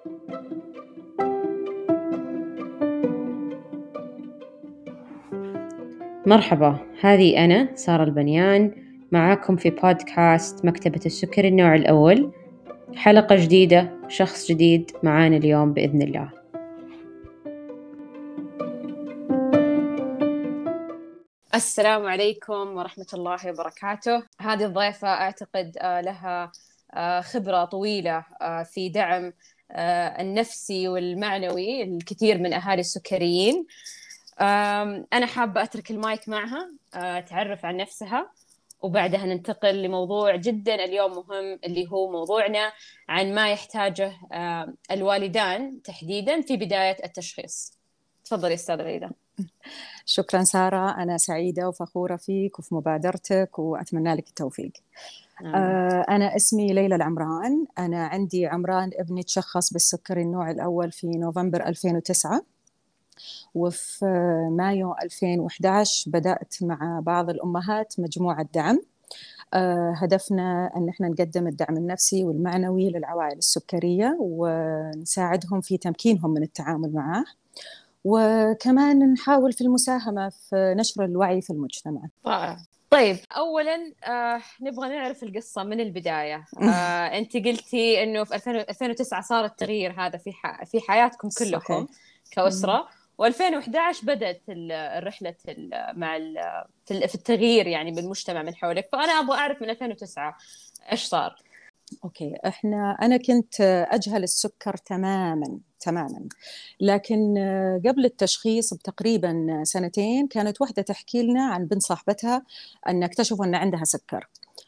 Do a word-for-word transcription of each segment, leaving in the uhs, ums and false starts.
مرحبا، هذه أنا سارة البنيان معاكم في بودكاست مكتبة السكر النوع الأول. حلقة جديدة، شخص جديد معانا اليوم بإذن الله. السلام عليكم ورحمة الله وبركاته. هذه الضيفة أعتقد لها خبرة طويلة في دعم النفسي والمعنوي الكثير من أهالي السكريين. أنا حابة أترك المايك معها تعرف عن نفسها، وبعدها ننتقل لموضوع جدا اليوم مهم اللي هو موضوعنا عن ما يحتاجه الوالدان تحديدا في بداية التشخيص. تفضلي أستاذة غيدة. شكرا سارة، أنا سعيدة وفخورة فيك وفي مبادرتك وأتمنى لك التوفيق. آه. أنا اسمي ليلى العمران، أنا عندي عمران ابني تشخص بالسكري النوع الأول في نوفمبر ألفين وتسعة، وفي مايو ألفين وإحدى عشر بدأت مع بعض الأمهات مجموعة دعم. أه هدفنا أن احنا نقدم الدعم النفسي والمعنوي للعوائل السكرية ونساعدهم في تمكينهم من التعامل معه، وكمان نحاول في المساهمة في نشر الوعي في المجتمع. طيب، أولاً آه نبغى نعرف القصة من البداية. آه أنت قلتي إنه في ألفين وتسعة صار التغيير هذا في ح... في حياتكم كلكم. صحيح. كأسرة. و2011 بدأت الرحلة مع في التغيير يعني بالمجتمع من حولك، فأنا أبغى أعرف من ألفين وتسعة إيش صار. أوكي، إحنا أنا كنت أجهل السكر تماماً تماماً، لكن قبل التشخيص بتقريباً سنتين كانت واحدة تحكي لنا عن بنت صاحبتها أن اكتشفوا أن عندها سكر،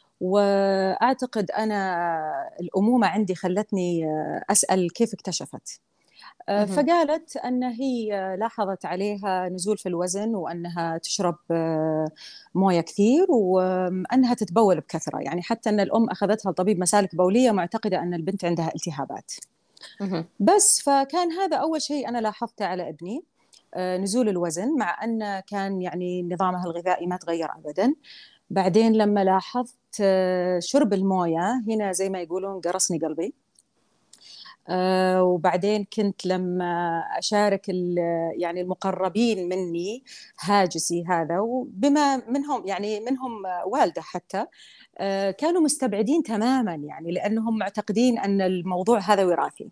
وأعتقد أنا الأمومة عندي خلتني أسأل كيف اكتشفت. فقالت أن هي لاحظت عليها نزول في الوزن، وأنها تشرب موية كثير، وأنها تتبول بكثرة، يعني حتى أن الأم أخذتها لطبيب مسالك بولية معتقدة أن البنت عندها التهابات. بس فكان هذا أول شيء أنا لاحظته على ابني، نزول الوزن، مع أن كان يعني نظامها الغذائي ما تغير أبدا. بعدين لما لاحظت شرب الموية، هنا زي ما يقولون قرصني قلبي. آه وبعدين كنت لما أشارك يعني المقربين مني هاجسي هذا، وبما منهم يعني منهم والدة حتى، آه كانوا مستبعدين تماما، يعني لأنهم معتقدين أن الموضوع هذا وراثي.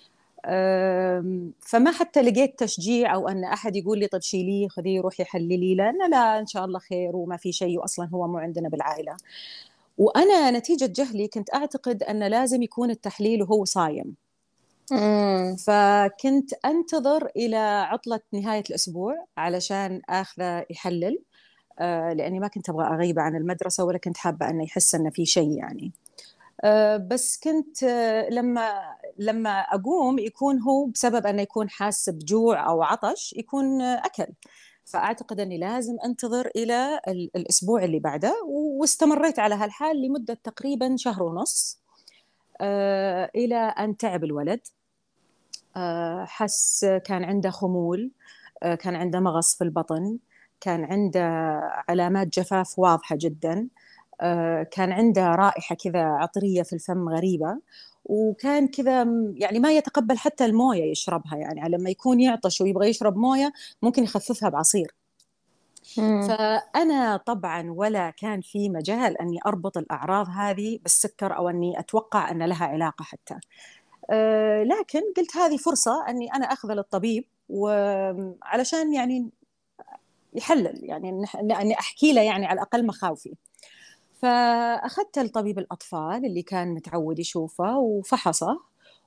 آه فما حتى لقيت تشجيع أو أن أحد يقول لي طب شيليه خذيه روحي حللي، لأن لا إن شاء الله خير وما في شيء، وأصلا هو مو عندنا بالعائلة. وأنا نتيجة جهلي كنت أعتقد أن لازم يكون التحليل وهو صايم. مم. فكنت أنتظر إلى عطلة نهاية الأسبوع علشان أخذ يحلل، آه لأني ما كنت أبغى أغيب عن المدرسة، ولا كنت حابة أنه يحس أنه في شيء يعني. آه بس كنت آه لما لما أقوم يكون هو بسبب أنه يكون حاس بجوع أو عطش، يكون آه أكل. فأعتقد أني لازم أنتظر إلى الأسبوع اللي بعده، واستمريت على هالحال لمدة تقريبا شهر ونص، آه إلى أن تعب الولد. حس كان عنده خمول، كان عنده مغص في البطن، كان عنده علامات جفاف واضحة جدا، كان عنده رائحة كذا عطرية في الفم غريبة، وكان كذا يعني ما يتقبل حتى الموية يشربها، يعني لما يكون يعطش ويبغى يشرب موية ممكن يخففها بعصير. مم. فأنا طبعا ولا كان في مجال أني أربط الأعراض هذه بالسكر، أو أني أتوقع أن لها علاقة حتى. أه لكن قلت هذه فرصة أني أنا أخذ للطبيب، وعلشان يعني يحلل، يعني أني أحكي له يعني على الأقل مخاوفي. فأخذت لطبيب الأطفال اللي كان متعود يشوفه وفحصه،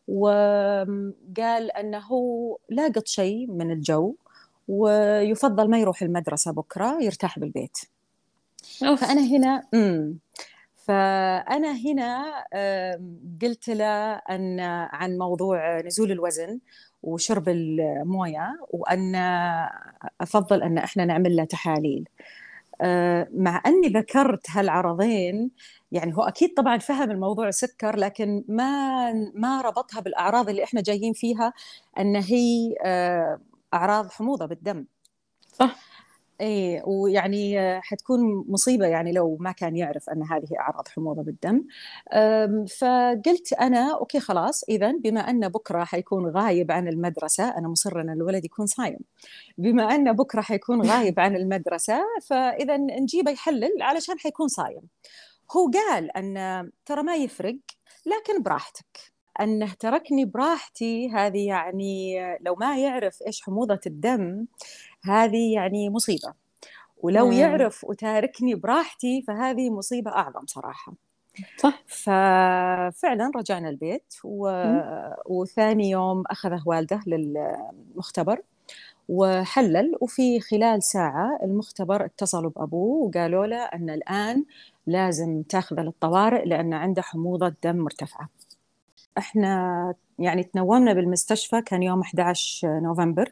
وقال أنه لاقط شيء من الجو، ويفضل ما يروح المدرسة بكرة، يرتاح بالبيت. أوف. فأنا هنا مم فأنا هنا قلت له أن عن موضوع نزول الوزن وشرب الموية، وأن أفضل أن إحنا نعمل له تحاليل. مع أني ذكرت هالعرضين، يعني هو أكيد طبعا فهم الموضوع سكر، لكن ما ما ربطها بالأعراض اللي إحنا جايين فيها، أن هي أعراض حموضة بالدم. صح. ايه، ويعني آه، حتكون مصيبة يعني لو ما كان يعرف أن هذه أعراض حموضة بالدم. أم، فقلت أنا أوكي خلاص، إذا بما أن بكرة حيكون غايب عن المدرسة، أنا مصرة أن الولد يكون صايم، بما أن بكرة حيكون غايب عن المدرسة فإذا نجيبه يحلل علشان حيكون صايم. هو قال أن ترى ما يفرق، لكن براحتك. أنه تركني براحتي هذه يعني لو ما يعرف إيش حموضة الدم هذه يعني مصيبة، ولو مم. يعرف وتاركني براحتي فهذه مصيبة أعظم صراحة. صح. ففعلا رجعنا البيت و... مم. وثاني يوم أخذه والده للمختبر وحلل، وفي خلال ساعة المختبر اتصلوا بأبوه وقالوا له أن الآن لازم تاخذه للطوارئ لأن عنده حموضة دم مرتفعة. احنا يعني تنومنا بالمستشفى، كان يوم أحد عشر نوفمبر.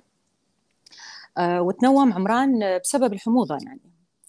أه وتنوم عمران بسبب الحموضة يعني.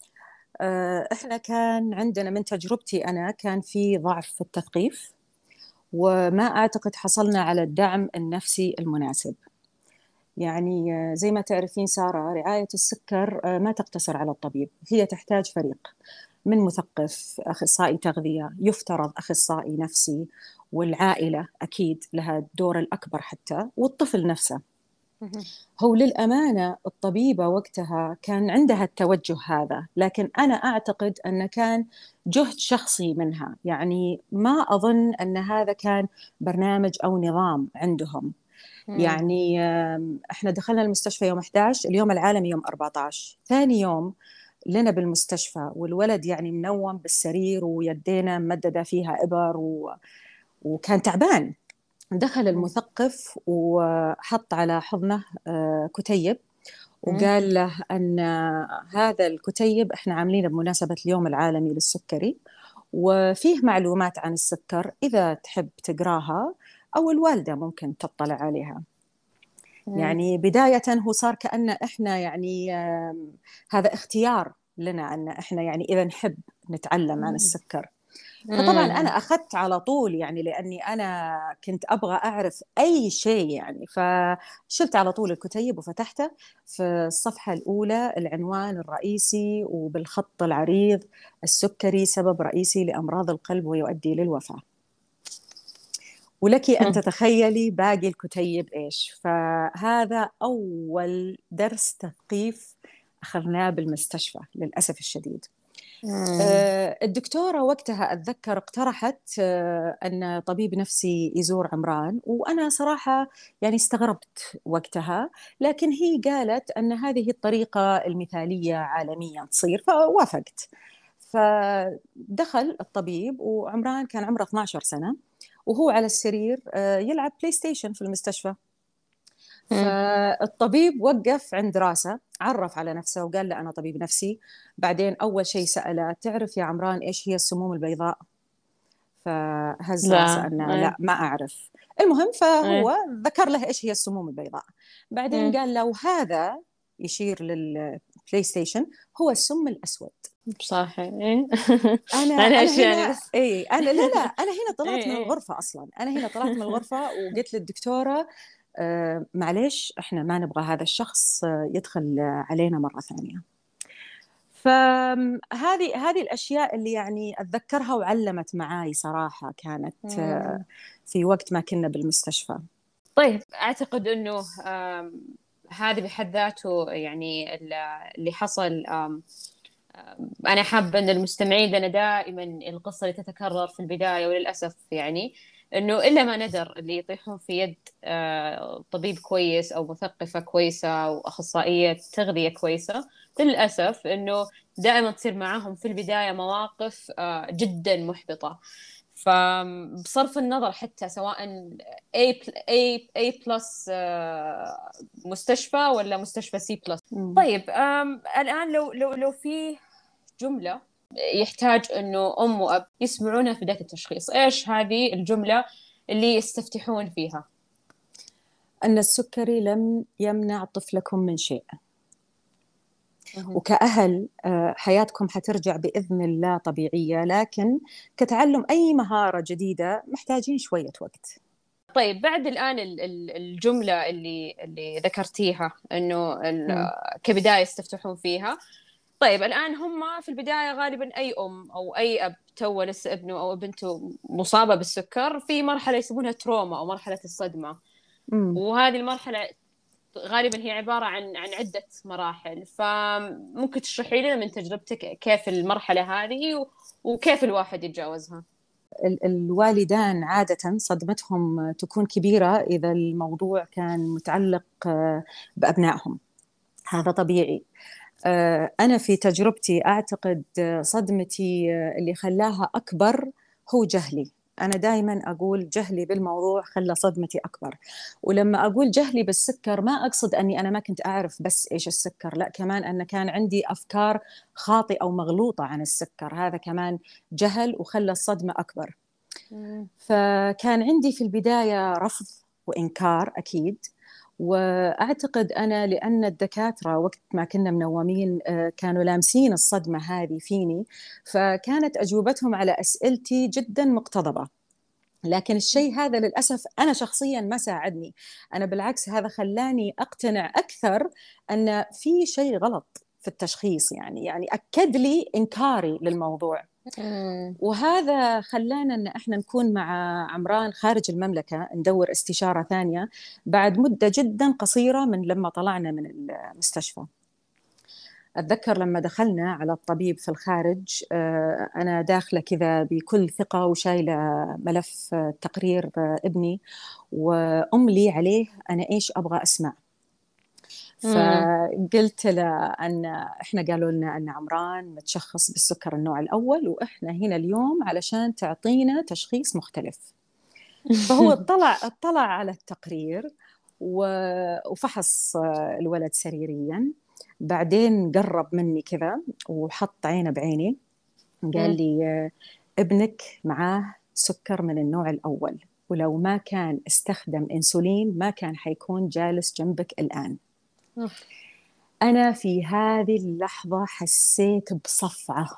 أه احنا كان عندنا من تجربتي أنا كان في ضعف في التثقيف، وما أعتقد حصلنا على الدعم النفسي المناسب. يعني آه، زي ما تعرفين سارة، رعاية السكر آه، ما تقتصر على الطبيب، هي تحتاج فريق من مثقف، أخصائي تغذية، يفترض أخصائي نفسي، والعائلة أكيد لها الدور الأكبر، حتى والطفل نفسه. مم. هو للأمانة الطبيبة وقتها كان عندها التوجه هذا، لكن أنا أعتقد أن كان جهد شخصي منها، يعني ما أظن أن هذا كان برنامج أو نظام عندهم. مم. يعني آم، احنا دخلنا المستشفى يوم أحد عشر، اليوم العالمي يوم أربعة عشر، ثاني يوم لنا بالمستشفى والولد يعني منوم بالسرير ويدينا ممددة فيها إبر و... وكان تعبان. دخل مم. المثقف وحط على حضنه آه، كتيب، مم. وقال له أن هذا الكتيب احنا عاملينه بمناسبة اليوم العالمي للسكري، وفيه معلومات عن السكر إذا تحب تقراها أو الوالدة ممكن تطلع عليها. مم. يعني بداية هو صار كأن إحنا يعني آم، هذا اختيار لنا أن إحنا يعني إذا نحب نتعلم عن مم. السكر. فطبعا أنا مم. أخذت على طول، يعني لأني أنا كنت أبغى أعرف أي شيء يعني، فشلت على طول الكتيب وفتحته. في الصفحة الأولى العنوان الرئيسي وبالخط العريض: السكري سبب رئيسي لأمراض القلب ويؤدي للوفاة. ولك أن تتخيلي باقي الكتيب إيش. فهذا أول درس تثقيف أخذناه بالمستشفى للأسف الشديد. مم. آه، الدكتورة وقتها أتذكر اقترحت آه، أن طبيب نفسي يزور عمران، وأنا صراحة يعني استغربت وقتها، لكن هي قالت أن هذه الطريقة المثالية عالميا تصير، فوافقت. فدخل الطبيب وعمران كان عمره اثنتا عشرة سنة، وهو على السرير آه، يلعب بلاي ستيشن في المستشفى. مم. فالطبيب وقف عند راسه، عرف على نفسه وقال له أنا طبيب نفسي. بعدين أول شيء سأله: تعرف يا عمران إيش هي السموم البيضاء؟ فهز راسه لا. أنه لا إيه. ما أعرف. المهم فهو إيه. ذكر له إيش هي السموم البيضاء. بعدين مم. قال له: وهذا يشير للبلاي ستيشن هو السم الأسود. صح. إيه. انا أنا انا إيش يعني هنا بس. اي انا لا لا انا هنا طلعت من إيه. إيه. الغرفه اصلا، انا هنا طلعت من الغرفه وقلت للدكتوره: آه معليش احنا ما نبغى هذا الشخص آه يدخل آه، علينا مره ثانيه. فهذه هذه الاشياء اللي يعني اتذكرها وعلمت معاي صراحه، كانت آه مم. في وقت ما كنا بالمستشفى. طيب، أعتقد أنه آم، هذا بحد ذاته يعني ال- اللي حصل. آم، أنا حابة أن المستمعين لنا دائما القصة اللي تتكرر في البداية، وللأسف يعني أنه إلا ما ندر اللي يطيحون في يد آه، طبيب كويس أو مثقفة كويسة أو أخصائية تغذية كويسة، للأسف أنه دائما تصير معهم في البداية مواقف آه، جدا محبطة. فبصرف النظر حتى سواء A A A بلس مستشفى ولا مستشفى سي بلس. مم. طيب، أم الآن لو لو لو في جملة يحتاج إنه أم وأب يسمعونها في بداية التشخيص، إيش هذه الجملة اللي يستفتحون فيها؟ ان السكري لم يمنع طفلكم من شيء، مهم. وكأهل آه، حياتكم حترجع بإذن الله طبيعية، لكن كتعلم أي مهارة جديدة محتاجين شوية وقت. طيب بعد الآن الجملة اللي اللي ذكرتيها إنه كبداية يستفتحون فيها، طيب الآن هم في البداية غالبا أي أم أو أي أب تو لسه ابنه أو بنته مصابة بالسكر في مرحلة يسمونها تروما أو مرحلة الصدمة. مم. وهذه المرحلة غالبا هي عبارة عن عن عدة مراحل، فممكن تشرحي لنا من تجربتك كيف المرحلة هذه وكيف الواحد يتجاوزها؟ الوالدان عادة صدمتهم تكون كبيرة إذا الموضوع كان متعلق بأبنائهم، هذا طبيعي. أنا في تجربتي أعتقد صدمتي اللي خلاها أكبر هو جهلي. أنا دائما أقول جهلي بالموضوع خلى صدمتي أكبر. ولما أقول جهلي بالسكر ما أقصد أني أنا ما كنت أعرف بس إيش السكر، لا، كمان أن كان عندي أفكار خاطئة أو مغلوطة عن السكر، هذا كمان جهل وخلى الصدمة أكبر. فكان عندي في البداية رفض وإنكار أكيد. وأعتقد أنا لأن الدكاترة وقت ما كنا منومين كانوا لامسين الصدمة هذه فيني، فكانت أجوبتهم على أسئلتي جدا مقتضبة. لكن الشيء هذا للأسف أنا شخصيا ما ساعدني، أنا بالعكس هذا خلاني أقتنع أكثر أن في شيء غلط في التشخيص، يعني يعني أكد لي إنكاري للموضوع. وهذا خلانا أن احنا نكون مع عمران خارج المملكة ندور استشارة ثانية بعد مدة جدا قصيرة من لما طلعنا من المستشفى. أتذكر لما دخلنا على الطبيب في الخارج، أنا داخلة كذا بكل ثقة وشايلة ملف تقرير ابني وأملي عليه أنا إيش أبغى أسمع. فقلت له أن إحنا قالوا لنا أن عمران متشخص بالسكر النوع الأول وإحنا هنا اليوم علشان تعطينا تشخيص مختلف. فهو اطلع اطلع على التقرير وفحص الولد سريريا، بعدين قرب مني كذا وحط عينه بعيني، قال لي ابنك معاه سكر من النوع الأول، ولو ما كان استخدم إنسولين ما كان حيكون جالس جنبك الآن. أنا في هذه اللحظة حسيت بصفعة.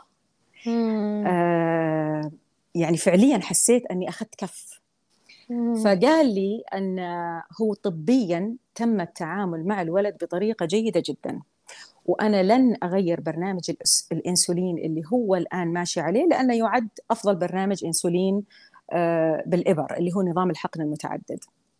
آه يعني فعليا حسيت أني أخذت كف. فقال لي أن هو طبيا تم التعامل مع الولد بطريقة جيدة جدا، وأنا لن أغير برنامج الإنسولين اللي هو الآن ماشي عليه، لأنه يعد أفضل برنامج إنسولين آه بالإبر اللي هو نظام الحقن المتعدد.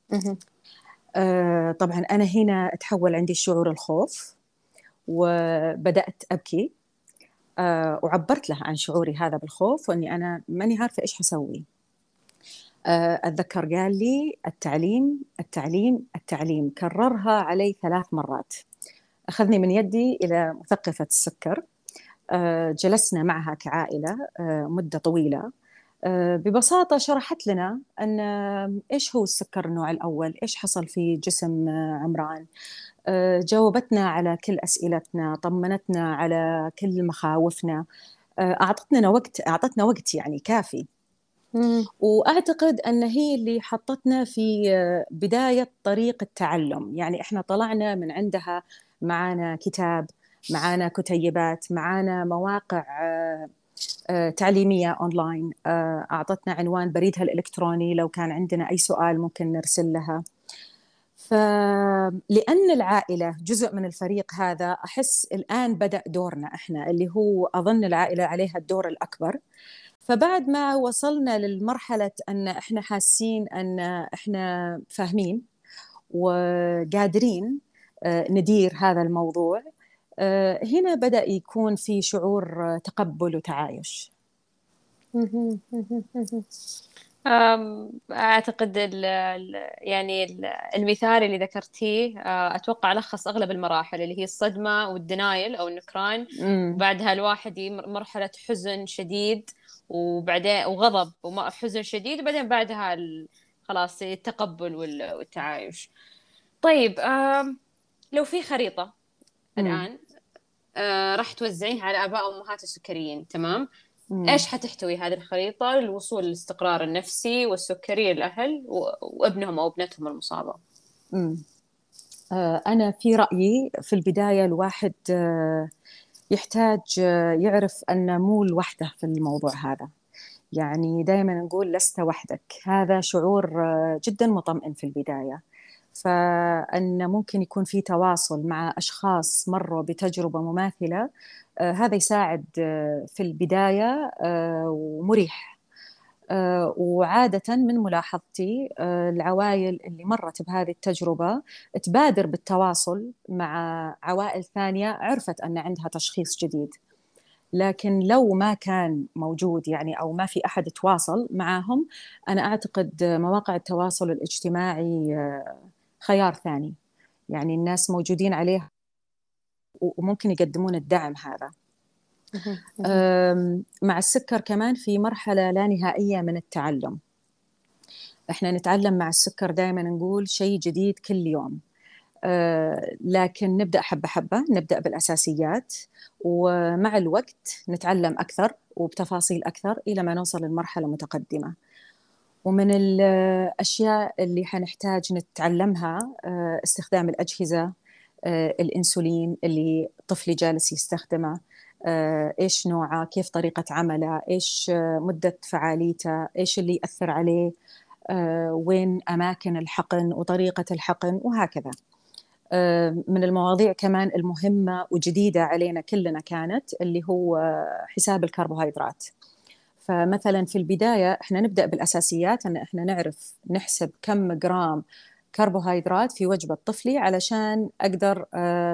آه طبعا أنا هنا تحول عندي شعور الخوف وبدأت أبكي. آه وعبرت له عن شعوري هذا بالخوف وأني أنا ماني عارفة إيش حسوي. آه أتذكر قال لي التعليم التعليم التعليم، كررها علي ثلاث مرات. أخذني من يدي إلى مثقفة السكر، آه جلسنا معها كعائلة آه مدة طويلة. ببساطة شرحت لنا أن إيش هو السكر النوع الأول، إيش حصل في جسم عمران. جاوبتنا على كل أسئلتنا، طمنتنا على كل مخاوفنا، أعطتنا وقت أعطتنا وقت يعني كافي. مم. وأعتقد أن هي اللي حطتنا في بداية طريق التعلم. يعني إحنا طلعنا من عندها معانا كتاب، معانا كتيبات، معانا مواقع تعليمية أونلاين، أعطتنا عنوان بريدها الإلكتروني لو كان عندنا أي سؤال ممكن نرسل لها. فلأن العائلة جزء من الفريق هذا، أحس الآن بدأ دورنا إحنا اللي هو أظن العائلة عليها الدور الأكبر. فبعد ما وصلنا للمرحلة أن إحنا حاسين أن إحنا فاهمين وقادرين ندير هذا الموضوع، هنا بدأ يكون في شعور تقبل وتعايش. أعتقد ال يعني ال المثال اللي ذكرتيه أتوقع لخص أغلب المراحل اللي هي الصدمة والدنايل أو النكران، وبعدها الواحد مرحلة حزن شديد وبعدين وغضب وحزن شديد، وبعدين بعدها خلاص التقبل والتعايش. طيب لو في خريطة الآن راح توزعينها على آباء وأمهات السكريين، تمام؟ مم. إيش حتحتوي هذه الخريطة للوصول للاستقرار النفسي والسكري للأهل وابنهم أو ابنتهم المصابة؟ مم. آه أنا في رأيي في البداية الواحد آه يحتاج آه يعرف أن مو لوحده في الموضوع هذا. يعني دائما نقول لست وحدك، هذا شعور جدا مطمئن في البداية. فأن ممكن يكون في تواصل مع أشخاص مروا بتجربة مماثلة، هذا يساعد في البداية ومريح. وعادة من ملاحظتي العوائل اللي مرت بهذه التجربة تبادر بالتواصل مع عوائل ثانية عرفت أن عندها تشخيص جديد. لكن لو ما كان موجود يعني أو ما في أحد تواصل معهم، أنا أعتقد مواقع التواصل الاجتماعي خيار ثاني، يعني الناس موجودين عليه وممكن يقدمون الدعم هذا. مع السكر كمان في مرحلة لا نهائية من التعلم. احنا نتعلم مع السكر، دائما نقول شيء جديد كل يوم، أه لكن نبدأ حبة حبة، نبدأ بالأساسيات، ومع الوقت نتعلم أكثر وبتفاصيل أكثر إلى ما نوصل لمرحلة متقدمة. ومن الأشياء اللي حنحتاج نتعلمها أه استخدام الأجهزة، أه الإنسولين اللي طفلي جالس يستخدمه، أه إيش نوعه، كيف طريقة عمله، إيش مدة فعاليته، إيش اللي يأثر عليه، أه وين أماكن الحقن وطريقة الحقن، وهكذا. من المواضيع كمان المهمة وجديدة علينا كلنا كانت اللي هو حساب الكربوهيدرات. فمثلا في البداية احنا نبدأ بالأساسيات، أن احنا نعرف نحسب كم جرام كربوهيدرات في وجبة طفلي علشان أقدر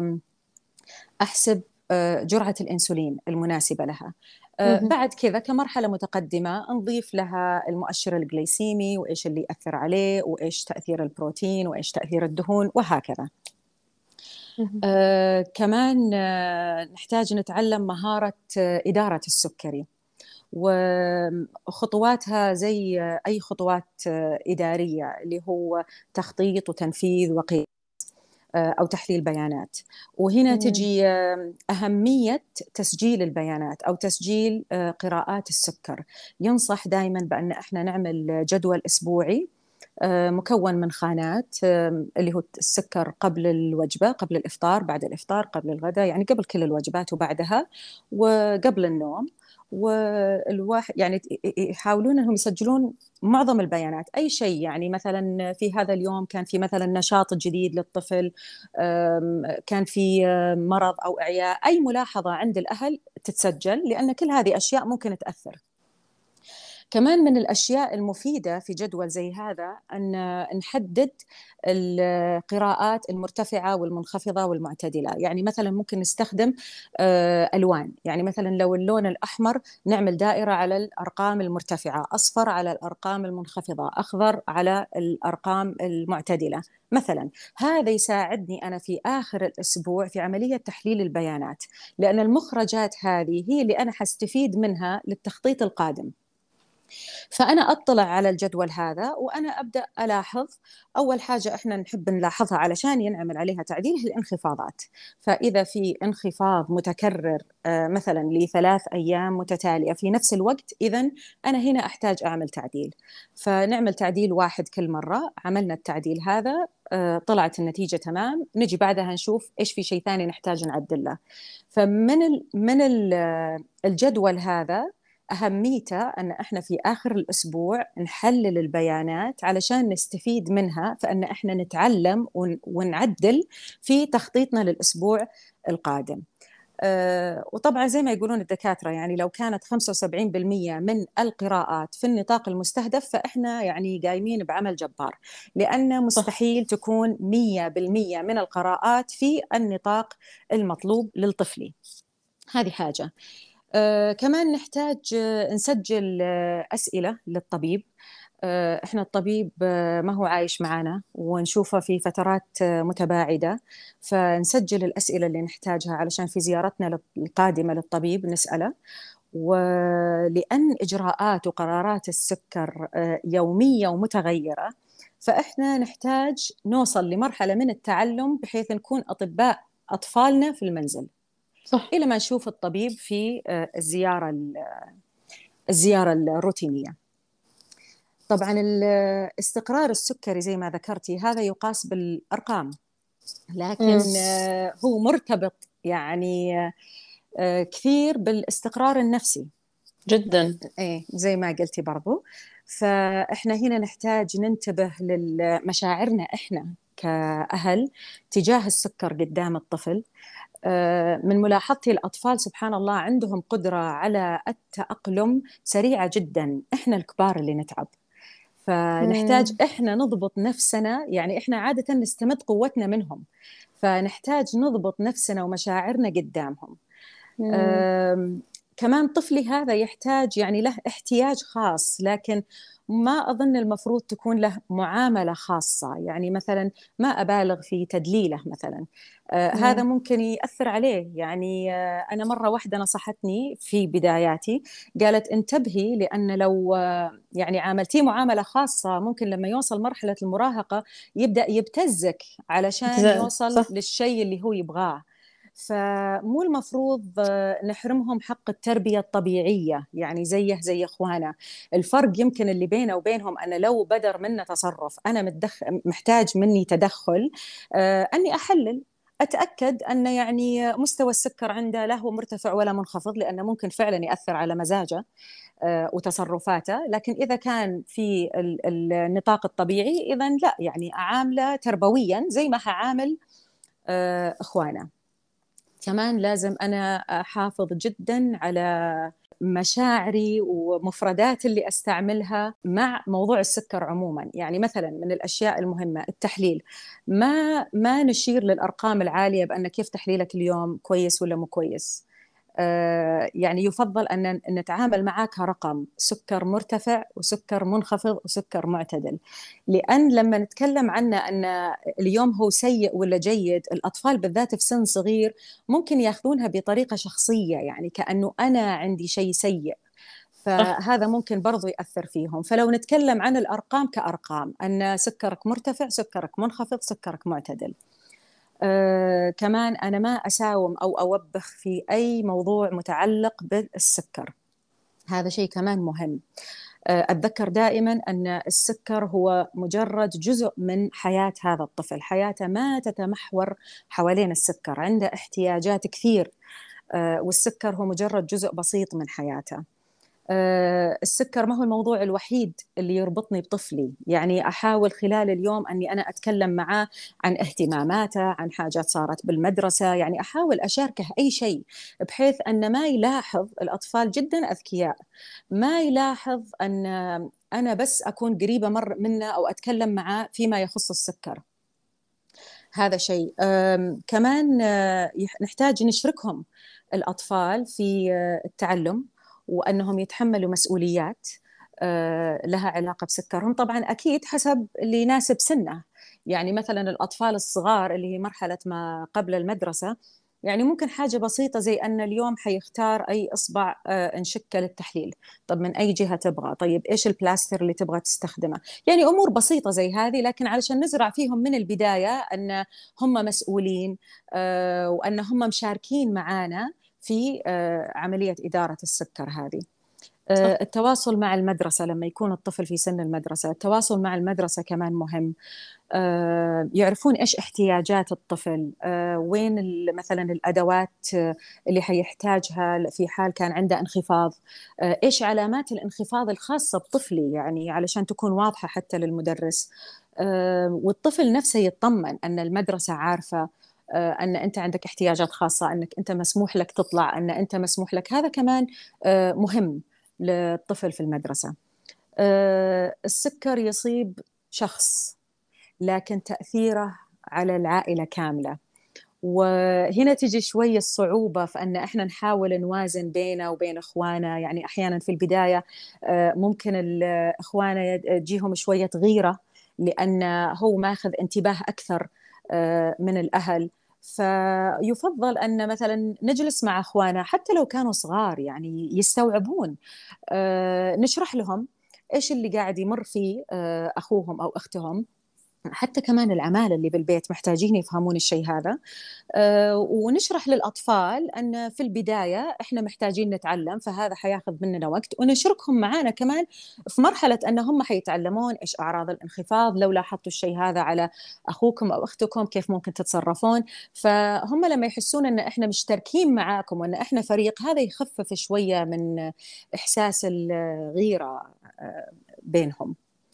أحسب جرعة الإنسولين المناسبة لها. بعد كذا كمرحلة متقدمة نضيف لها المؤشر الجليسيمي وإيش اللي يأثر عليه، وإيش تأثير البروتين، وإيش تأثير الدهون، وهكذا. آه، كمان آه، نحتاج نتعلم مهارة آه، إدارة السكري، وخطواتها زي آه، أي خطوات آه، إدارية، اللي هو تخطيط وتنفيذ وقياس آه، أو تحليل بيانات. وهنا مم. تجي آه، أهمية تسجيل البيانات أو تسجيل آه، قراءات السكر. ينصح دائما بأن احنا نعمل جدول أسبوعي مكون من خانات، اللي هو السكر قبل الوجبة، قبل الإفطار، بعد الإفطار، قبل الغداء، يعني قبل كل الوجبات وبعدها، وقبل النوم. والواحد يعني يحاولون أنهم يسجلون معظم البيانات، أي شيء، يعني مثلا في هذا اليوم كان في مثلا نشاط جديد للطفل، كان في مرض أو إعياء، أي ملاحظة عند الأهل تتسجل، لأن كل هذه أشياء ممكن تأثر. كمان من الأشياء المفيدة في جدول زي هذا أن نحدد القراءات المرتفعة والمنخفضة والمعتدلة. يعني مثلا ممكن نستخدم ألوان، يعني مثلا لو اللون الأحمر نعمل دائرة على الأرقام المرتفعة، أصفر على الأرقام المنخفضة، أخضر على الأرقام المعتدلة مثلا. هذا يساعدني أنا في آخر الأسبوع في عملية تحليل البيانات، لأن المخرجات هذه هي اللي أنا حستفيد منها للتخطيط القادم. فأنا أطلع على الجدول هذا وأنا أبدأ ألاحظ. أول حاجة إحنا نحب نلاحظها علشان ينعمل عليها تعديل هي الانخفاضات. فإذا في انخفاض متكرر مثلا لثلاث أيام متتالية في نفس الوقت، إذن أنا هنا أحتاج أعمل تعديل. فنعمل تعديل واحد كل مرة. عملنا التعديل هذا، طلعت النتيجة تمام، نجي بعدها نشوف إيش في شيء ثاني نحتاج نعدله. فمن ال من ال الجدول هذا أهميته أن إحنا في آخر الأسبوع نحلل البيانات علشان نستفيد منها، فأن إحنا نتعلم ونعدل في تخطيطنا للأسبوع القادم. أه وطبعا زي ما يقولون الدكاترة، يعني لو كانت خمسة وسبعين بالمئة من القراءات في النطاق المستهدف، فإحنا يعني قايمين بعمل جبار، لأن مستحيل تكون مئة بالمئة من القراءات في النطاق المطلوب للطفل. هذه حاجة. آه، كمان نحتاج آه، نسجل آه، أسئلة للطبيب. آه، إحنا الطبيب آه، ما هو عايش معنا ونشوفه في فترات آه، متباعدة، فنسجل الأسئلة اللي نحتاجها علشان في زيارتنا القادمة للطبيب نسأله. ولأن إجراءات وقرارات السكر آه، يومية ومتغيرة، فإحنا نحتاج نوصل لمرحلة من التعلم بحيث نكون أطباء أطفالنا في المنزل، صح، إلى ما نشوف الطبيب في الزيارة الزيارة الروتينية. طبعا الاستقرار السكري زي ما ذكرتي هذا يقاس بالأرقام، لكن هو مرتبط يعني كثير بالاستقرار النفسي. جدا. ايه زي ما قلتي برضو. فاحنا هنا نحتاج ننتبه لمشاعرنا احنا كأهل تجاه السكر قدام الطفل. آه، من ملاحظتي الأطفال سبحان الله عندهم قدرة على التأقلم سريعة جدا، إحنا الكبار اللي نتعب. فنحتاج مم. إحنا نضبط نفسنا، يعني إحنا عادة نستمد قوتنا منهم، فنحتاج نضبط نفسنا ومشاعرنا قدامهم. مم. أم، كمان طفلي هذا يحتاج، يعني له احتياج خاص، لكن ما أظن المفروض تكون له معاملة خاصة. يعني مثلا ما أبالغ في تدليله مثلا، آه هذا مم. ممكن يأثر عليه. يعني آه أنا مرة واحدة نصحتني في بداياتي، قالت انتبهي، لأن لو آه يعني عاملتيه معاملة خاصة ممكن لما يوصل مرحلة المراهقة يبدأ يبتزك علشان يوصل صح. للشيء اللي هو يبغاه. فمو المفروض آه، نحرمهم حق التربية الطبيعية، يعني زيه زي إخوانا. الفرق يمكن اللي بينه وبينهم أنا لو بدر منا تصرف أنا متدخ... محتاج مني تدخل، آه، أني أحلل، أتأكد أن يعني مستوى السكر عنده لا هو مرتفع ولا منخفض، لأنه ممكن فعلا يأثر على مزاجه آه، وتصرفاته. لكن إذا كان في ال- النطاق الطبيعي إذا لا، يعني أعامله تربويا زي ما هعامل آه، إخوانا. كمان لازم أنا أحافظ جدا على مشاعري ومفردات اللي أستعملها مع موضوع السكر عموما. يعني مثلا من الأشياء المهمة التحليل، ما ما نشير للأرقام العالية بأن كيف تحليلك اليوم كويس ولا مو كويس. آه، يعني يفضل أن نتعامل معاه كرقم: سكر مرتفع وسكر منخفض وسكر معتدل. لأن لما نتكلم عنه أن اليوم هو سيء ولا جيد، الأطفال بالذات في سن صغير ممكن ياخذونها بطريقة شخصية، يعني كأنه أنا عندي شيء سيء، صح. فهذا ممكن برضو يأثر فيهم. فلو نتكلم عن الأرقام كأرقام، أن سكرك مرتفع، سكرك منخفض، سكرك معتدل. آه كمان أنا ما أساوم أو أوبخ في أي موضوع متعلق بالسكر، هذا شيء كمان مهم. آه أتذكر دائما أن السكر هو مجرد جزء من حياة هذا الطفل، حياته ما تتمحور حوالين السكر، عنده احتياجات كثير، آه والسكر هو مجرد جزء بسيط من حياته. آه، السكر ما هو الموضوع الوحيد اللي يربطني بطفلي. يعني أحاول خلال اليوم أني أنا أتكلم معاه عن اهتماماته، عن حاجات صارت بالمدرسة، يعني أحاول أشاركه أي شيء بحيث أن ما يلاحظ. الأطفال جدا أذكياء، ما يلاحظ أن أنا بس أكون قريبة مر منه أو أتكلم معاه فيما يخص السكر. هذا شيء. آم، كمان آه، يح- نحتاج نشركهم الأطفال في آه، التعلم، وأنهم يتحملوا مسؤوليات آه، لها علاقة بسكرهم، طبعا أكيد حسب اللي يناسب سنه. يعني مثلا الأطفال الصغار اللي هي مرحلة ما قبل المدرسة، يعني ممكن حاجة بسيطة زي أن اليوم حيختار أي إصبع آه، نشكه للتحليل. طب من أي جهة تبغى؟ طيب إيش البلاستر اللي تبغى تستخدمه؟ يعني أمور بسيطة زي هذه، لكن علشان نزرع فيهم من البداية أن هم مسؤولين، آه، وأن هم مشاركين معنا في آه، عملية إدارة السكر هذه. صح. آه، التواصل مع المدرسة لما يكون الطفل في سن المدرسة، التواصل مع المدرسة كمان مهم. آه، يعرفون إيش احتياجات الطفل، آه، وين ال- مثلا الأدوات آه، اللي حيحتاجها في حال كان عنده انخفاض، آه، إيش علامات الانخفاض الخاصة بطفلي، يعني علشان تكون واضحة حتى للمدرس. آه، والطفل نفسه يطمن أن المدرسة عارفة آه، أن أنت عندك احتياجات خاصة، أنك أنت مسموح لك تطلع، أن أنت مسموح لك. هذا كمان آه، مهم للطفل في المدرسة. آه، السكر يصيب شخص، لكن تأثيره على العائلة كاملة. وهنا تجي شوية الصعوبة في أن إحنا نحاول نوازن بينه وبين إخوانا. يعني أحيانا في البداية آه، ممكن الإخوانا تجيهم شوية غيرة، لأن هو ماخذ انتباه أكثر آه، من الأهل. فيفضل أن مثلا نجلس مع إخوانا حتى لو كانوا صغار، يعني يستوعبون، آه، نشرح لهم إيش اللي قاعد يمر فيه آه، أخوهم أو أختهم، حتى كمان العمالة اللي بالبيت محتاجين يفهمون الشيء هذا. آه، ونشرح للأطفال أن في البداية إحنا محتاجين نتعلم، فهذا حياخذ مننا وقت، ونشركهم معنا كمان في مرحلة أن هم حيتعلمون إيش أعراض الانخفاض، لو لاحظتوا الشيء هذا على أخوكم أو أختكم كيف ممكن تتصرفون. فهم لما يحسون أن إحنا مشتركين معاكم وأن إحنا فريق، هذا يخفف شوية من إحساس الغيرة آه، بينهم.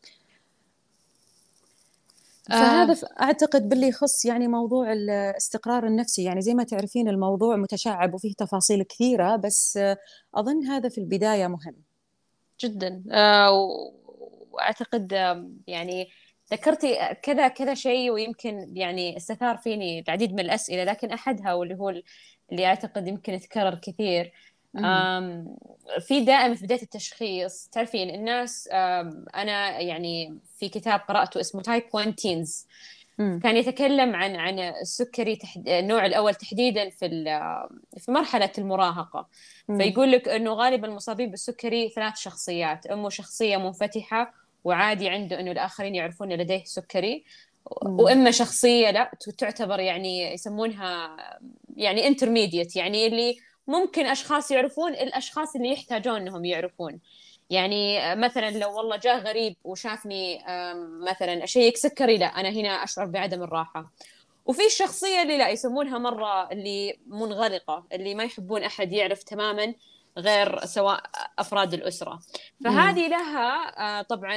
فهذا أعتقد باللي يخص يعني موضوع الاستقرار النفسي. يعني زي ما تعرفين الموضوع متشعب وفيه تفاصيل كثيرة، بس أظن هذا في البداية مهم جدا. آه وأعتقد آه يعني ذكرتي كذا كذا شيء، ويمكن يعني استثار فيني العديد من الأسئلة، لكن أحدها واللي هو اللي أعتقد يمكن يتكرر كثير. آم في دائما في بداية التشخيص تعرفين الناس، أنا يعني في كتاب قرأته اسمه تايب واحد تينز، كان يتكلم عن عن السكري تحد... النوع الأول تحديدا في في مرحلة المراهقة. مم. فيقول لك إنه غالبا المصابين بالسكري ثلاث شخصيات، أمه شخصية منفتحة وعادي عنده إنه الآخرين يعرفون إن لديه سكري، مم. وإما شخصية لا تعتبر يعني يسمونها يعني انترميديت، يعني اللي ممكن أشخاص يعرفون الأشخاص اللي يحتاجون إنهم يعرفون. يعني مثلا لو والله جاء غريب وشافني مثلا أشيك سكري، لا أنا هنا أشعر بعدم الراحة. وفي الشخصية اللي لا يسمونها مرة اللي منغلقة، اللي ما يحبون أحد يعرف تماما غير سواء أفراد الأسرة. فهذه لها طبعا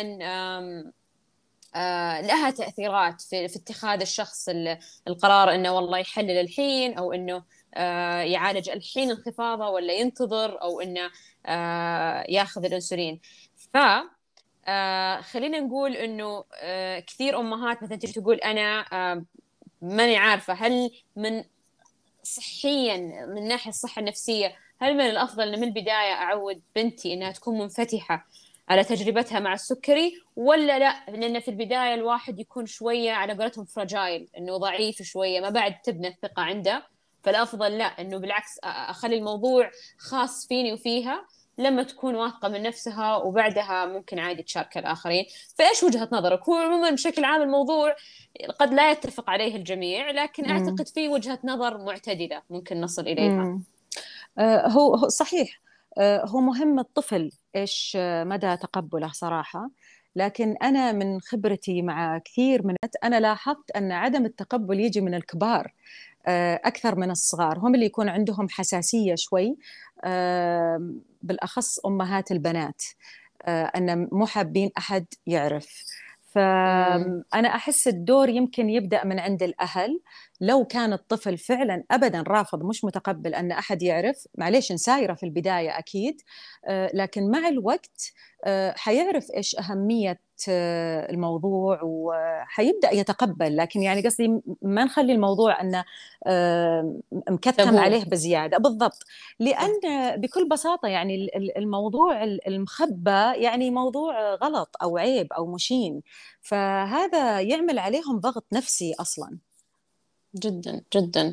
لها تأثيرات في, في اتخاذ الشخص القرار إنه والله يحلل الحين، أو إنه يعالج الحين انخفاضه، ولا ينتظر، أو إنه ياخذ الأنسولين. ف خلينا نقول إنه كثير أمهات مثلا تجي تقول أنا ماني عارفة هل من صحيا من ناحية الصحة النفسية هل من الأفضل أن من البداية أعود بنتي إنها تكون منفتحة على تجربتها مع السكري، ولا لا، لأن في البداية الواحد يكون شوية على قولتهم فراجايل، إنه ضعيف شوية ما بعد تبنى الثقة عنده. فالأفضل لا، إنه بالعكس أخلي الموضوع خاص فيني وفيها لما تكون واثقة من نفسها، وبعدها ممكن عادي تشارك الآخرين. فإيش وجهة نظرك؟ هو عموما بشكل عام الموضوع قد لا يتفق عليه الجميع، لكن أعتقد في وجهة نظر معتدلة ممكن نصل إليها. آه هو صحيح. آه هو مهم الطفل إيش مدى تقبله صراحة، لكن أنا من خبرتي مع كثير من أنا لاحظت أن عدم التقبل يجي من الكبار أكثر من الصغار، هم اللي يكون عندهم حساسية شوي، بالأخص أمهات البنات، أن مو حابين أحد يعرف. فأنا أحس الدور يمكن يبدأ من عند الأهل. لو كان الطفل فعلا أبدا رافض مش متقبل أن أحد يعرف، معليش نسايره في البداية أكيد، لكن مع الوقت حيعرف إيش أهمية الموضوع وحيبدأ يتقبل. لكن يعني قصدي ما نخلي الموضوع أنه مكتم عليه بزيادة. بالضبط، لأن بكل بساطة يعني الموضوع المخبى يعني موضوع غلط أو عيب أو مشين، فهذا يعمل عليهم ضغط نفسي أصلاً. جدا جدا.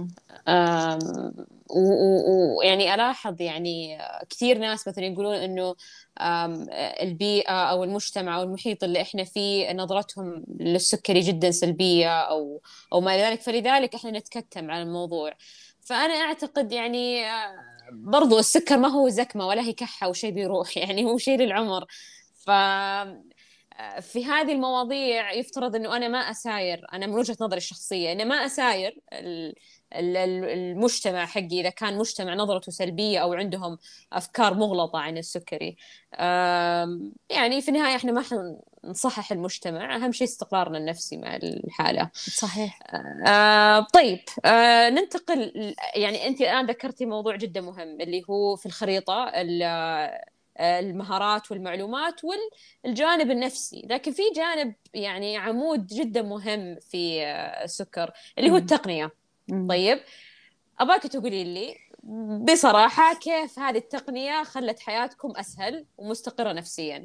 ويعني ألاحظ يعني كثير ناس مثلا يقولون إنه البيئة أو المجتمع أو المحيط اللي إحنا فيه نظرتهم للسكري جدا سلبية أو أو ما إلى ذلك، فلذلك إحنا نتكتم على الموضوع. فأنا أعتقد يعني برضو السكر ما هو زكمة ولا هي كحة وشيء بيروح، يعني هو شيء للعمر. ف في هذه المواضيع يفترض أنه أنا ما أساير، أنا من وجهة نظري الشخصية أنا ما أساير المجتمع حقي إذا كان مجتمع نظرته سلبية أو عندهم أفكار مغلطة عن السكري. يعني في النهاية إحنا ما نصحح المجتمع، أهم شيء استقرارنا النفسي مع الحالة. صحيح. طيب ننتقل، يعني أنت الآن ذكرتي موضوع جدا مهم اللي هو في الخريطة المهارات والمعلومات والجانب النفسي، لكن في جانب يعني عمود جدا مهم في السكر اللي هو التقنية. طيب أباك تقولي لي بصراحة كيف هذه التقنية خلت حياتكم أسهل ومستقرة نفسيا؟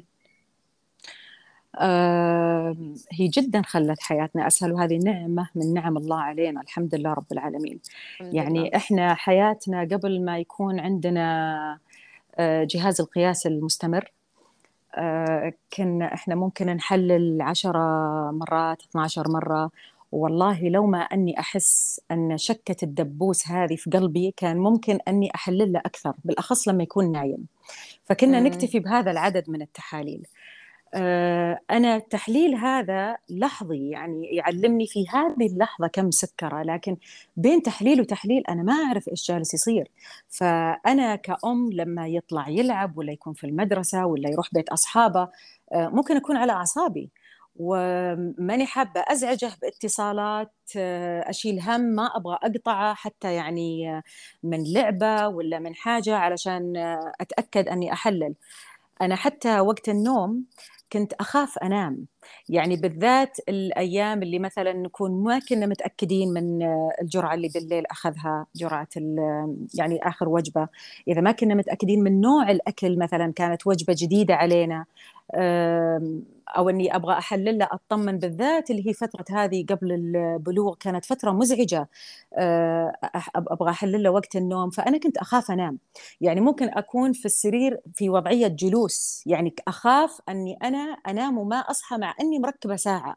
آه هي جدا خلت حياتنا أسهل، وهذه نعمة من نعم الله علينا، الحمد لله رب العالمين. يعني الله. إحنا حياتنا قبل ما يكون عندنا جهاز القياس المستمر آه، كنا إحنا ممكن نحلل عشرة مرات، اثنا عشر مرة. والله لو ما أني أحس أن شكة الدبوس هذه في قلبي كان ممكن أني أحلل له أكثر، بالأخص لما يكون نايم. فكنا مم. نكتفي بهذا العدد من التحاليل. آه، أنا التحليل هذا لحظي، يعني يعلمني في هذه اللحظة كم سكرة، لكن بين تحليل وتحليل أنا ما أعرف إيش جالس يصير. فأنا كأم لما يطلع يلعب ولا يكون في المدرسة ولا يروح بيت أصحابه، آه، ممكن أكون على أعصابي وماني حابة أزعجه باتصالات، آه، أشيل هم ما أبغى أقطعه حتى، يعني آه، من لعبة ولا من حاجة علشان آه، أتأكد أني أحلل. أنا حتى وقت النوم كنت أخاف أنام، يعني بالذات الأيام اللي مثلا نكون ما كنا متأكدين من آه، الجرعة اللي بالليل أخذها، جرعة ال- يعني آخر وجبة. إذا ما كنا متأكدين من نوع الأكل، مثلا كانت وجبة جديدة علينا، آم، أو أني أبغى أحلل له أطمن، بالذات اللي هي فترة هذه قبل البلوغ كانت فترة مزعجة. آه، أح- أبغى أحلل له وقت النوم، فأنا كنت أخاف أنام. يعني ممكن أكون في السرير في وضعية جلوس، يعني أخاف أني أنا أنام وما أصحى مع أني مركبة ساعة.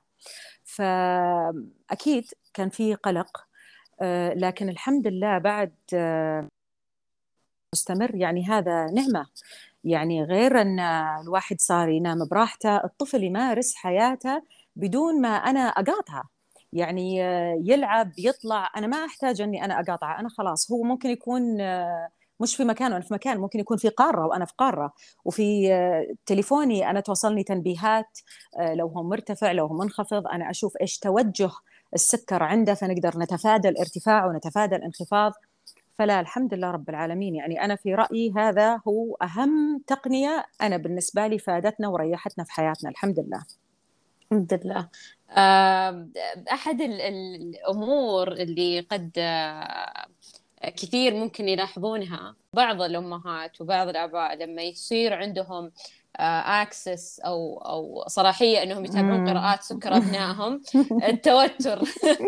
فأكيد كان في قلق. آه، لكن الحمد لله بعد آه، مستمر، يعني هذا نعمة. يعني غير أن الواحد صار ينام براحته، الطفل يمارس حياته بدون ما أنا أقاطعه. يعني آه، يلعب يطلع، أنا ما أحتاج أني أنا أقاطعه. أنا خلاص هو ممكن يكون آه، مش في مكان وأنا في مكان، ممكن يكون في قارة وأنا في قارة، وفي آه، تليفوني أنا توصلني تنبيهات، آه، لو هو مرتفع لو هو منخفض، أنا أشوف إيش توجه السكر عنده، فنقدر نتفادى الارتفاع ونتفادى الانخفاض. فلا، الحمد لله رب العالمين. يعني أنا في رأيي هذا هو أهم تقنية أنا بالنسبة لي فادتنا وريحتنا في حياتنا، الحمد لله. الحمد لله. آه، أحد ال- ال- الأمور اللي قد آه، كثير ممكن يلاحظونها بعض الأمهات وبعض الآباء لما يصير عندهم اكسس او او صلاحيه انهم يتابعون مم. قراءات سكر ابنائهم، التوتر.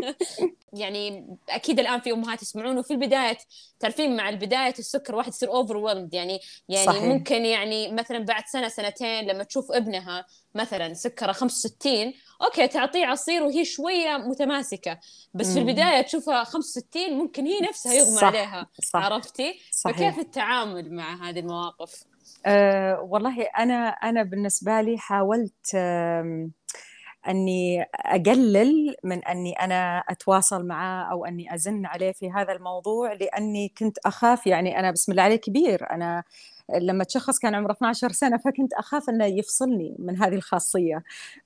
يعني اكيد الان في امهات يسمعون، وفي البدايه تعرفين مع البدايه السكر واحد يصير اوفر، يعني يعني صحيح. ممكن يعني مثلا بعد سنه سنتين لما تشوف ابنها مثلا سكره خمسة وستين، اوكي تعطيه عصير وهي شويه متماسكه، بس في مم. البدايه تشوفها خمسة وستين ممكن هي نفسها يغمى صح عليها. صح. عرفتي؟ فكيف صحيح. التعامل مع هذه المواقف؟ أه والله أنا أنا بالنسبة لي حاولت آم، أني أقلل من أني أنا أتواصل معاه أو أني أزن عليه في هذا الموضوع، لأني كنت أخاف. يعني أنا بسم الله عليه كبير، أنا لما تشخص كان عمره اثنا عشر سنة، فكنت أخاف أنه يفصلني من هذه الخاصية.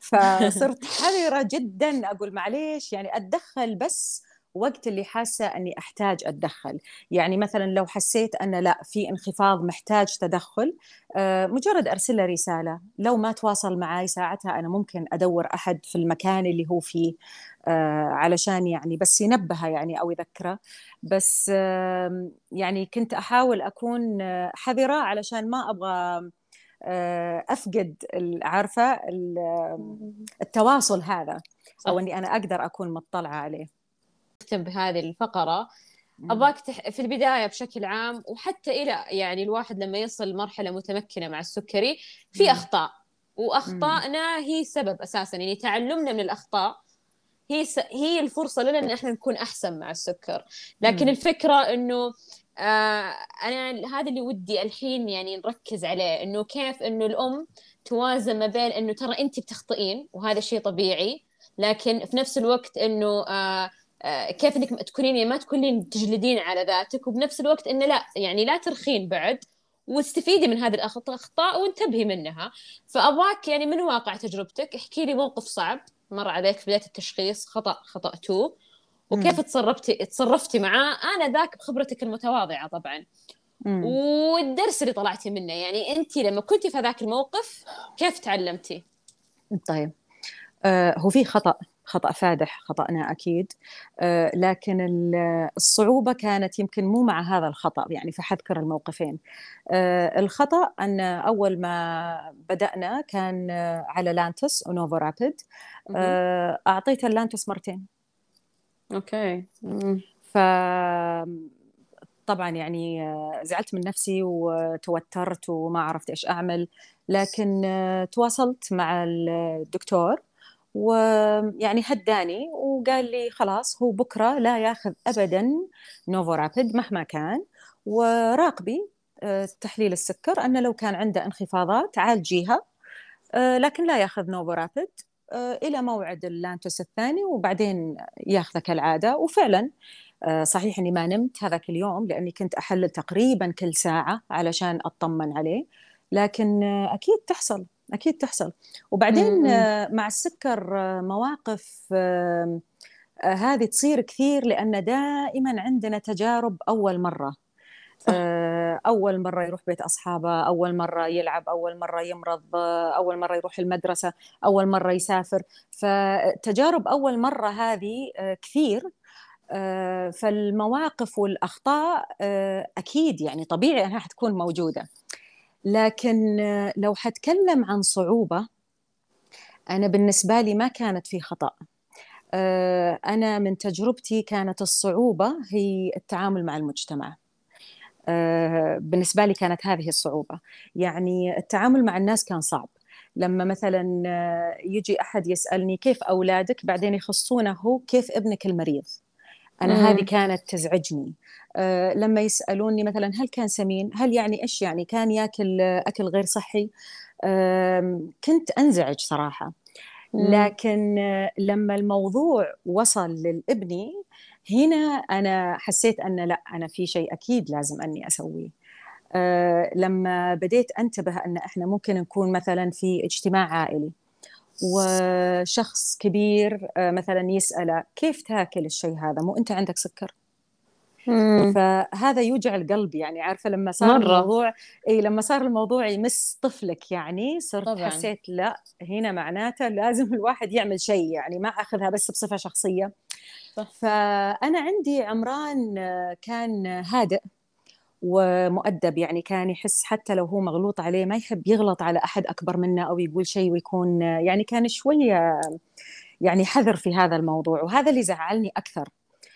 فصرت حذرة جدا، أقول معليش يعني أتدخل بس وقت اللي حاسة أني أحتاج أتدخل. يعني مثلا لو حسيت أن لا في انخفاض محتاج تدخل، آه، مجرد أرسل له رسالة. لو ما تواصل معي ساعتها أنا ممكن أدور أحد في المكان اللي هو فيه، آه، علشان يعني بس ينبهه يعني أو يذكره. بس آم، يعني كنت أحاول أكون آه، حذرة علشان ما أبغى آه، أفقد ال- عارفة ال- التواصل هذا، أو صح. أني أنا أقدر أكون مطلعة عليه. نختم بهذه الفقرة. مم. أباك تح... في البداية بشكل عام وحتى إلى يعني الواحد لما يصل لمرحلة متمكنة مع السكري في مم. أخطاء، مم. وأخطائنا هي سبب أساسا، يعني تعلمنا من الأخطاء هي س... هي الفرصة لنا إن إحنا نكون أحسن مع السكر. لكن مم. الفكرة إنه آه أنا هذا اللي ودي الحين يعني نركز عليه، إنه كيف إنه الأم توازن ما بين إنه ترى أنت بتخطئين وهذا شيء طبيعي، لكن في نفس الوقت إنه آه آه كيف إنك تكونين يعني ما تكونين تجلدين على ذاتك، وبنفس الوقت إنه لا يعني لا ترخين بعد، واستفيدي من هذه الأخطاء وانتبهي منها. فأبغاك يعني من واقع تجربتك احكي لي موقف صعب مر عليك في بداية التشخيص، خطأ خطأتوه، وكيف مم. تصرفتي تصرفتي معاه آنذاك ذاك بخبرتك المتواضعة طبعا، مم. والدرس اللي طلعتي منه. يعني أنت لما كنتي في ذاك الموقف كيف تعلمتي؟ طيب. آه، هو في خطأ، خطأ فادح خطأنا أكيد. آه، لكن ال- الصعوبة كانت يمكن مو مع هذا الخطأ، يعني فحذكر الموقفين. آه، الخطأ أن أول ما بدأنا كان آه، على لانتوس ونوفو رابيد. مه. آه، أعطيت اللانتوس مرتين. اوكي. مم. ف طبعا يعني آه، زعلت من نفسي وتوترت وما عرفت إيش أعمل. لكن تواصلت مع الدكتور ويعني هداني وقال لي خلاص هو بكرة لا ياخذ أبدا نوفورابيد مهما كان، وراقبي تحليل السكر، أنه لو كان عنده انخفاضات عالجيها، لكن لا ياخذ نوفورابيد إلى موعد اللانتوس الثاني وبعدين ياخذه كالعادة. وفعلا صحيح أني ما نمت هذاك اليوم لأني كنت أحلل تقريبا كل ساعة علشان أطمن عليه، لكن أكيد تحصل، أكيد تحصل. وبعدين مع السكر مواقف هذه تصير كثير، لأن دائما عندنا تجارب أول مرة. صح. أول مرة يروح بيت أصحابه، أول مرة يلعب، أول مرة يمرض، أول مرة يروح المدرسة، أول مرة يسافر. فتجارب أول مرة هذه كثير، فالمواقف والأخطاء أكيد يعني طبيعي أنها حتكون موجودة. لكن لو حتكلم عن صعوبة، أنا بالنسبة لي ما كانت في خطأ. أنا من تجربتي كانت الصعوبة هي التعامل مع المجتمع. بالنسبة لي كانت هذه الصعوبة، يعني التعامل مع الناس كان صعب. لما مثلا يجي أحد يسألني كيف أولادك، بعدين يخصونه هو كيف ابنك المريض، أنا مم. هذه كانت تزعجني. أه لما يسألوني مثلا هل كان سمين، هل يعني إيش يعني كان يأكل أكل غير صحي، أه كنت أنزعج صراحة. مم. لكن لما الموضوع وصل للابني، هنا أنا حسيت أن لا، أنا في شيء أكيد لازم أني أسويه. أه لما بديت أنتبه أن إحنا ممكن نكون مثلا في اجتماع عائلي وشخص كبير مثلا يسأله كيف تاكل الشيء هذا، مو أنت عندك سكر؟ مم. فهذا يوجع القلب، يعني عارفة لما صار مرة. الموضوع إيه لما صار الموضوع يمس طفلك، يعني صرت طبعاً. حسيت لا، هنا معناته لازم الواحد يعمل شيء، يعني ما أخذها بس بصفة شخصية. صح. فأنا عندي عمران كان هادئ ومؤدب، يعني كان يحس حتى لو هو مغلوط عليه ما يحب يغلط على أحد أكبر منه أو يقول شيء ويكون يعني كان شوية يعني حذر في هذا الموضوع، وهذا اللي زعلني أكثر.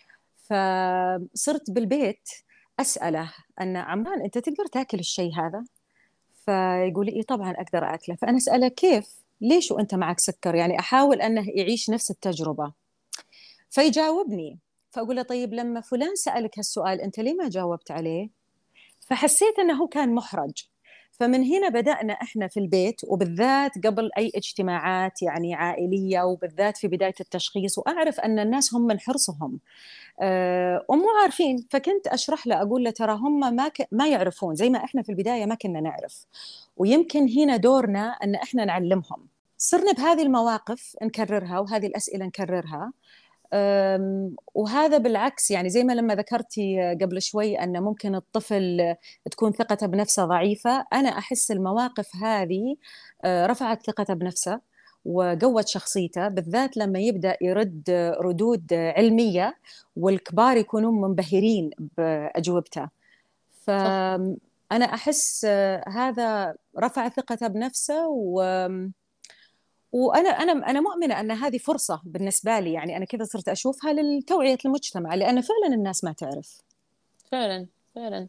فصرت بالبيت أسأله أن عمران أنت تقدر تأكل الشيء هذا؟ فيقول لي إيه طبعا أقدر أكله. فأنا أسأله كيف، ليش وأنت معك سكر؟ يعني أحاول أنه يعيش نفس التجربة. فيجاوبني، فأقول له طيب لما فلان سألك هالسؤال أنت ليه ما جاوبت عليه؟ فحسيت أنه كان محرج. فمن هنا بدأنا إحنا في البيت، وبالذات قبل أي اجتماعات يعني عائلية، وبالذات في بداية التشخيص، وأعرف أن الناس هم من حرصهم أه ومو عارفين، فكنت أشرح له أقول له ترى هم ما, ك... ما يعرفون زي ما إحنا في البداية ما كنا نعرف، ويمكن هنا دورنا أن إحنا نعلمهم. صرنا بهذه المواقف نكررها وهذه الأسئلة نكررها. وهذا بالعكس، يعني زي ما لما ذكرتي قبل شوي أن ممكن الطفل تكون ثقته بنفسه ضعيفة، أنا أحس المواقف هذه رفعت ثقته بنفسه وقوت شخصيته، بالذات لما يبدأ يرد ردود علمية والكبار يكونون منبهرين بأجوبته. فأنا أحس هذا رفع ثقته بنفسه، و وانا انا انا مؤمنه ان هذه فرصه بالنسبه لي، يعني انا كذا صرت اشوفها للتوعيه المجتمع، لان فعلا الناس ما تعرف. فعلا فعلا.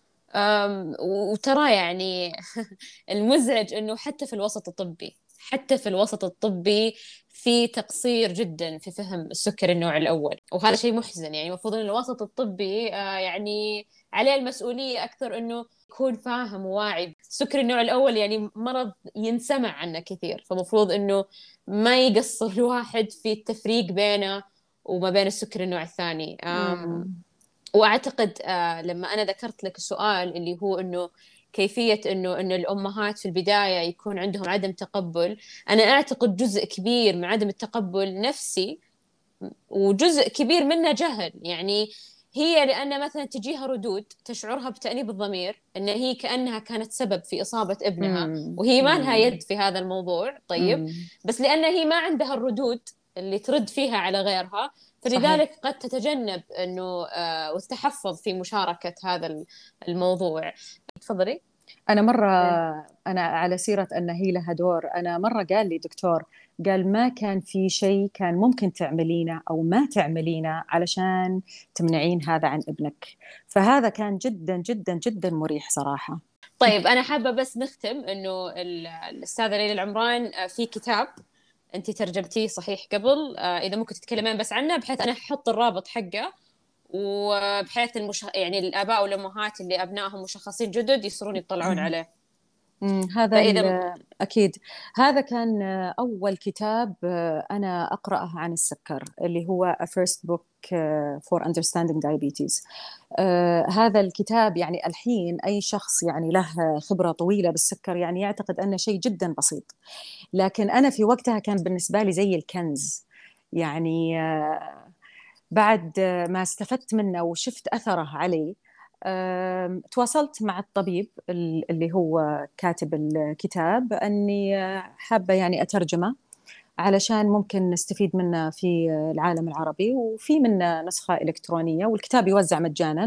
وترى يعني المزعج انه حتى في الوسط الطبي، حتى في الوسط الطبي في تقصير جدا في فهم السكر النوع الاول، وهذا شيء محزن. يعني المفروض ان الوسط الطبي يعني عليه المسؤوليه اكثر انه يكون فاهم وواعي. السكر النوع الاول يعني مرض ينسمع عنه كثير، فمفروض انه ما يقصر الواحد في التفريق بينه وما بين السكر النوع الثاني. واعتقد آه لما انا ذكرت لك السؤال اللي هو انه كيفيه انه انه الامهات في البدايه يكون عندهم عدم تقبل، انا اعتقد جزء كبير من عدم التقبل نفسي، وجزء كبير منه جهل. يعني هي لأن مثلا تجيها ردود تشعرها بتأنيب الضمير أن هي كأنها كانت سبب في إصابة ابنها، مم. وهي ما لها يد في هذا الموضوع. طيب مم. بس لأن هي ما عندها الردود اللي ترد فيها على غيرها، فلذلك صحيح. قد تتجنب أنه آه وتتحفظ في مشاركة هذا الموضوع. تفضلي. أنا مرة أنا على سيرة أن هي لها دور، أنا مرة قال لي دكتور، قال ما كان في شيء كان ممكن تعملينه أو ما تعملينه علشان تمنعين هذا عن ابنك. فهذا كان جدا جدا جدا مريح صراحة. طيب أنا حابة بس نختم إنه الأستاذة ليلى العمران في كتاب أنت ترجمتيه صحيح قبل، إذا ممكن تتكلمين بس عنه بحيث أنا أحط الرابط حقه، وبحيث المش... يعني الآباء والأمهات اللي أبنائهم مشخصين جدد يصيرون يطلعون عليه. هذا فإذا أكيد هذا كان أول كتاب أنا أقرأه عن السكر، اللي هو A First Book for Understanding Diabetes. آه هذا الكتاب يعني الحين أي شخص يعني له خبرة طويلة بالسكر يعني يعتقد أنه شيء جدا بسيط، لكن أنا في وقتها كان بالنسبة لي زي الكنز. يعني آه بعد ما استفدت منه وشفت أثره علي، تواصلت مع الطبيب اللي هو كاتب الكتاب أني حابة يعني أترجمه علشان ممكن نستفيد منه في العالم العربي، وفي منه نسخة إلكترونية والكتاب يوزع مجانا،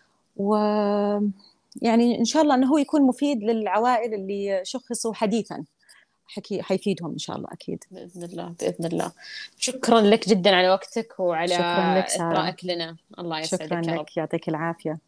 ويعني إن شاء الله أنه يكون مفيد للعوائل اللي شخصوا حديثا، حكي حيفيدهم إن شاء الله أكيد بإذن الله بإذن الله. شكرا لك جدا على وقتك وعلى شكرا لك سارة. إثراءك لنا. الله يسعدك. شكرا يا رب. لك، يعطيك العافية.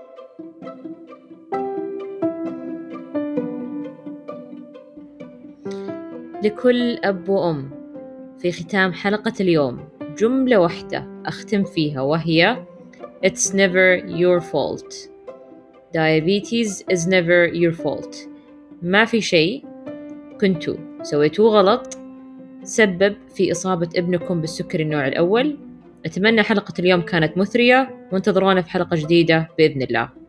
لكل أب وأم، في ختام حلقة اليوم جملة واحدة أختم فيها، وهي It's never your fault. Diabetes is never your fault. ما في شيء كنتوا سويتوه غلط سبب في إصابة ابنكم بالسكر النوع الأول. أتمنى حلقة اليوم كانت مثرية، وانتظرونا في حلقة جديدة بإذن الله.